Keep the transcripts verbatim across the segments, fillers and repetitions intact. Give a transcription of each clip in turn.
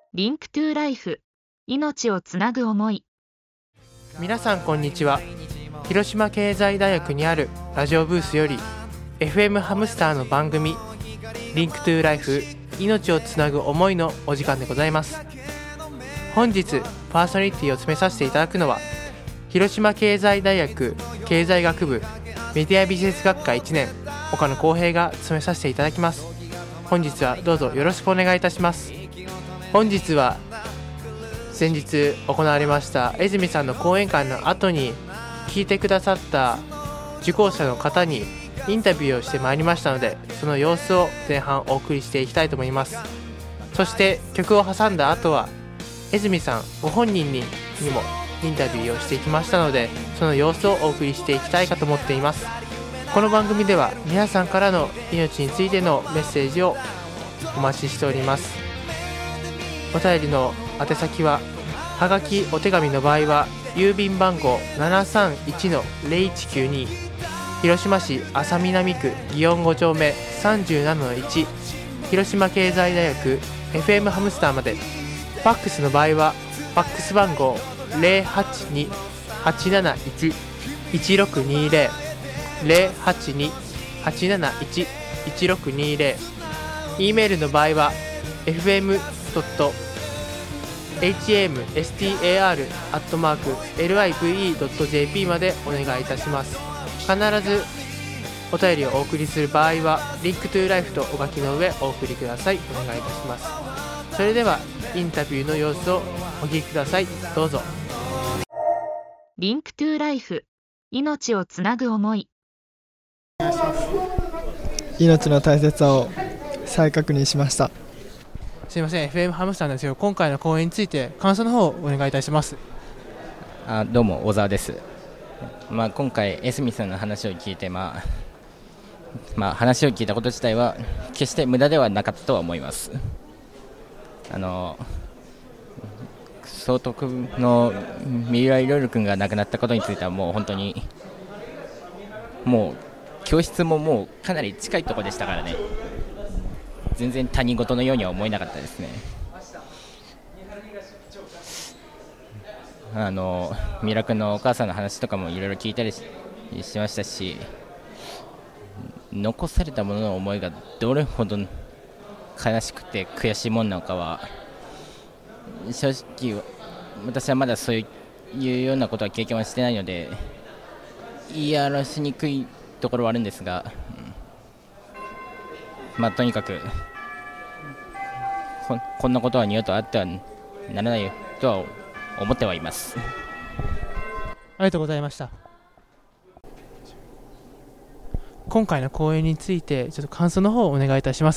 リンクトゥライフ、命をつなぐ思い。 皆さんこんにちは。広島経済大学にあるラジオブースより エフエム ハムスターの番組リンクトゥライフ、命をつなぐ思いのお時間でございます。本日パーソナリティを務めさせていただくのは広島経済大学経済学部メディアビジネス学科いちねん岡野浩平が務めさせていただきます。本日はどうぞよろしくお願いいたします。本日は先日行われました江住さんの講演会の後に聞いてくださった受講者の方にインタビューをしてまいりましたので、その様子を前半お送りしていきたいと思います。そして曲を挟んだ後は江住さんご本人ににもインタビューをしていきましたので、その様子をお送りしていきたいかと思っています。この番組では皆さんからの命についてのメッセージをお待ちしております。お便りの宛先ははがきお手紙の場合は郵便番号 ななさんいちのゼロいちきゅうに 広島市安佐南区祇園ご丁目 さんじゅうななのいち 広島経済大学 エフエム ハムスターまで。ファックスの場合はファックス番号 ゼロはちに はちなないち いちろくにゼロ ゼロはちに はちなないち いちろくにゼロ。 E メールの場合は エフエム ドット エイチエムエスティーエーアール アットマーク エルアイブイイー ドット ジェーピー までお願いいたします。必ずお便りをお送りする場合はリンクトゥライフとお書きの上お送りください。お願いいたします。それではインタビューの様子をお聞きください。どうぞ。 リンクトゥライフ、命をつなぐ思い。 命の大切さを再確認しました。 すいません、 エフエム ハムスターなんですけど、今回の講演について感想の方をお願いいたします。 あどうも小沢です。まあ、今回江住さんの話を聞いて、まあまあ、話を聞いたこと自体は決して無駄ではなかったとは思います。あの総督の三浦いろいろ君が亡くなったことについてはもう本当にもう教室ももうかなり近いところでしたからね、全然他人事のようには思えなかったですね。あの三浦君のお母さんの話とかもいろいろ聞いたり し, しましたし、残されたものの思いがどれほど悲しくて悔しいものなのかは正直私はまだそういうようなことは経験はしてないので言い表しにくいところはあるんですが、うん、まあとにかく こ, こんなことは二度とあってはならないとは思ってはいます。 ありがとうございました。今回の講演についてちょっと感想の方をお願いいたします。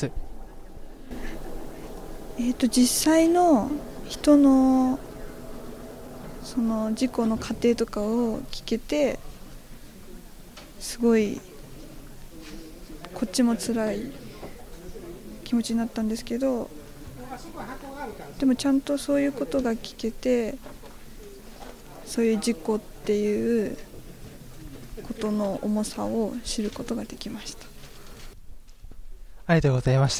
えーと、実際の人のその事故の過程とかを聞けてすごいこっちも辛い気持ちになったんですけど、でもちゃんとそういうことが聞けて、そういう事故っていうことの重さを知ることができました。 ありがとうございました。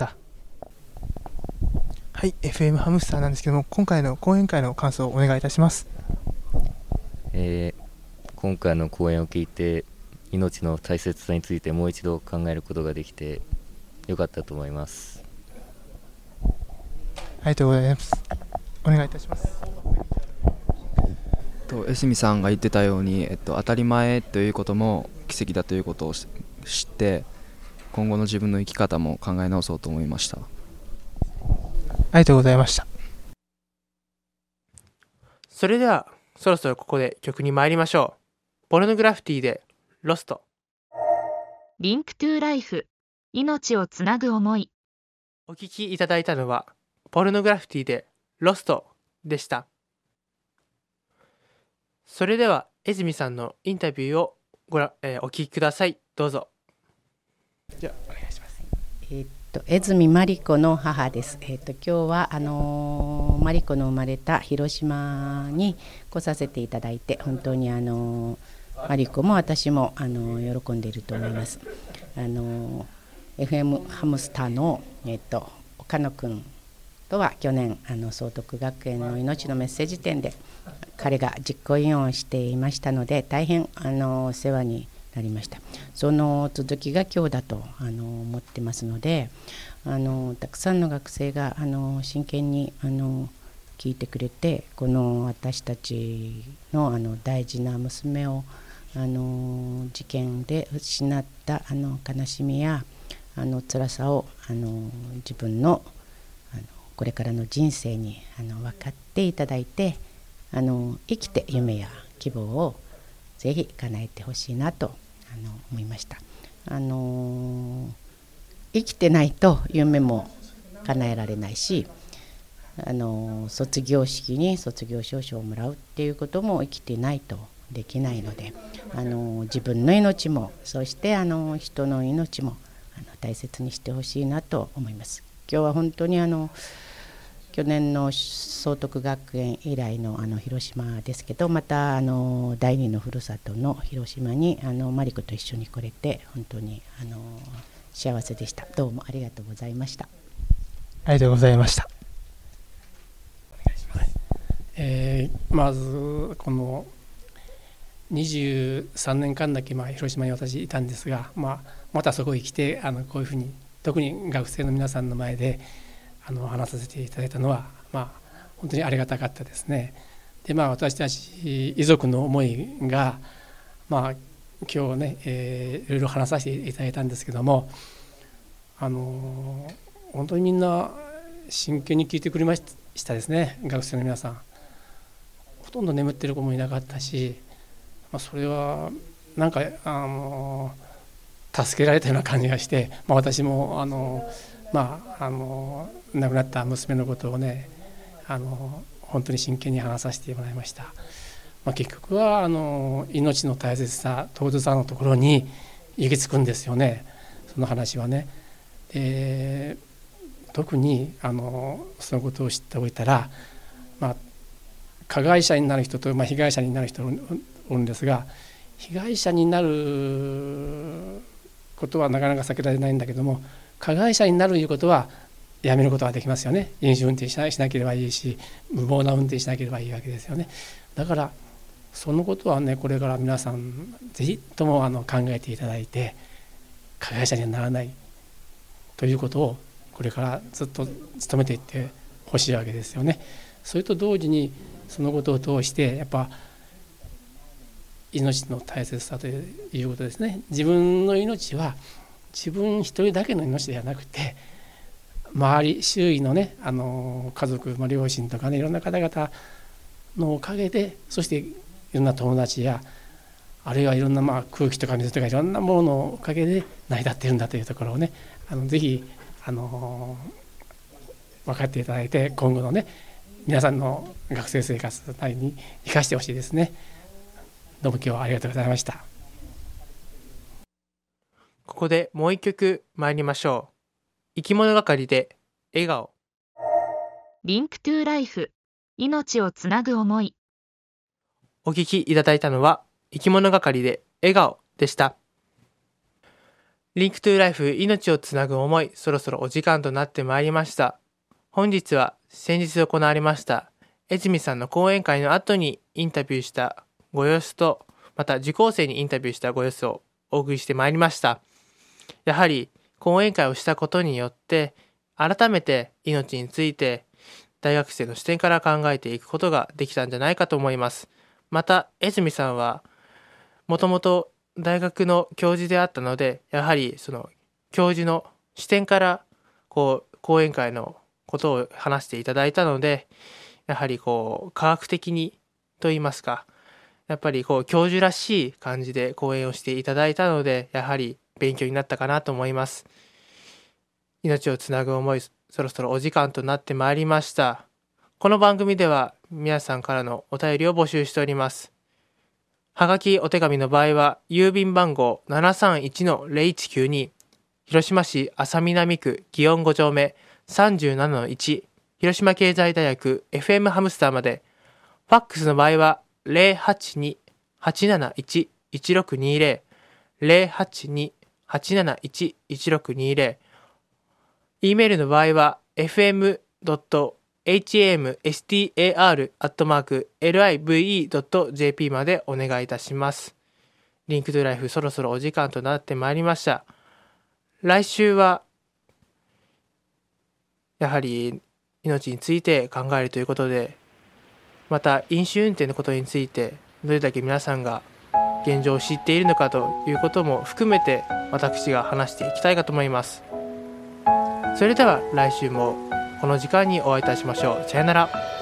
はい、エフエム ハムスターなんですけども、今回の講演会の感想をお願いいたします。 えー、今回の講演を聞いて命の大切さについてもう一度考えることができてよかったと思います。 ありがとうございます。お願いいたします。 と江住さんが言ってたように、えっと、当たり前ということも奇跡だということを知って今後の自分の生き方も考え直そうと思いました。 ありがとうございました。それではそろそろここで曲に参りましょう。ポルノグラフィティでロスト。 リンクトゥライフ、命をつなぐ思い。 お聴きいただいたのはポルノグラフィティでロストでした。それでは江住さんのインタビューをごら、えー、お聞きください。どうぞ。じゃあお願いします。 えー、っと江住真理子の母です。えー、っと今日はあのー、真理子の生まれた広島に来させていただいて本当にあのー、真理子も私もあのー、喜んでいると思います。あのー、エフエム ハムスターのえー、っと岡野くんとは去年あの崇徳学園の命のメッセージ展で彼が実行委員をしていましたので、大変あのお世話になりました。その続きが今日だとあの思ってますので、あのたくさんの学生があの真剣にあの聞いてくれて、この私たちのあの大事な娘をあの事件で失ったあの悲しみやあの辛さをあの自分のあのこれからの人生にあの分かっていただいて、あの生きて夢や希望をぜひ叶えてほしいなとあの思いました。あの生きてないと夢も叶えられないし、あの卒業式に卒業証書をもらうっていうことも生きてないとできないので、あの自分の命もそしてあの人の命もあの大切にしてほしいなと思います。今日は本当にあの去年の崇徳学園以来のあの広島ですけど、またあの第二のふるさとの広島にあのマリコと一緒に来れて本当にあの幸せでした。どうもありがとうございました。 ありがとうございました。 えー、まずこのにじゅうさんねんかんだけまあ広島に私いたんですが、まあ、またそこへ来てあのこういうふうに特に学生の皆さんの前であの話させていただいたのは、まあ、本当にありがたかったですね。で、まあ、私たち遺族の思いが、まあ、今日ね、えー、いろいろ話させていただいたんですけども、あの本当にみんな真剣に聞いてくれましたですね。学生の皆さんほとんど眠ってる子もいなかったし、まあ、それはなんかあの助けられたような感じがして、まあ、私もあの、まあ、あの亡くなった娘のことをね、あの本当に真剣に話させてもらいました。まあ、結局はあの命の大切さ尊さのところに行き着くんですよね、その話はね。で特にあのそのことを知っておいたら、まあ、加害者になる人と、まあ、被害者になる人がおるんですが、被害者になることはなかなか避けられないんだけども、加害者になるいうことはやめることができますよね。飲酒運転し な, しなければいいし、無謀な運転しなければいいわけですよね。だからそのことはね、これから皆さんぜひともあの考えていただいて、加害者にはならないということをこれからずっと努めていってほしいわけですよね。それと同時にそのことを通してやっぱ命の大切さということですね。自分の命は自分一人だけの命ではなくて、周り周囲のね、あの家族、まあ、両親とかね、いろんな方々のおかげで、そしていろんな友達やあるいはいろんなまあ空気とか水とかいろんなもののおかげで成り立っているんだというところをね、あのぜひあの分かっていただいて、今後のね皆さんの学生生活なりに生かしてほしいですね。どうも今日はありがとうございました。 ここでもう一曲参りましょう。生き物係で笑顔。 リンクトゥライフ、命をつなぐ思い。 お聞きいただいたのは生き物係で笑顔でした。リンクトゥライフ、命をつなぐ思い、そろそろお時間となってまいりました。本日は先日行われました江住さんの講演会の後にインタビューしたご様子と、また受講生にインタビューしたご様子をお送りしてまいりました。やはり講演会をしたことによって改めて命について大学生の視点から考えていくことができたんじゃないかと思います。また江住さんはもともと大学の教授であったので、やはりその教授の視点からこう講演会のことを話していただいたので、やはりこう科学的にといいますか、やっぱりこう教授らしい感じで講演をしていただいたので、やはり勉強になったかなと思います。命をつなぐ思い、そろそろお時間となってまいりました。この番組では皆さんからのお便りを募集しております。はがきお手紙の場合は郵便番号 ななさんいちのゼロいちきゅうに、 広島市安佐南区祇園ご丁目 さんじゅうななのいち 広島経済大学 エフエム ハムスターまで。ファックスの場合は ゼロはちに はちなないち いちろくにゼロ ゼロはちに はちなないち いちろくにゼロ。 E メールの場合は エフエムドットハムスター アットマーク ライブイドットジェーピー までお願いいたします。リンクトゥライフ、そろそろお時間となってまいりました。来週はやはり命について考えるということで、また飲酒運転のことについてどれだけ皆さんが現状を知っているのかということも含めて私が話していきたいかと思います。それでは来週もこの時間にお会いいたしましょう。さよなら。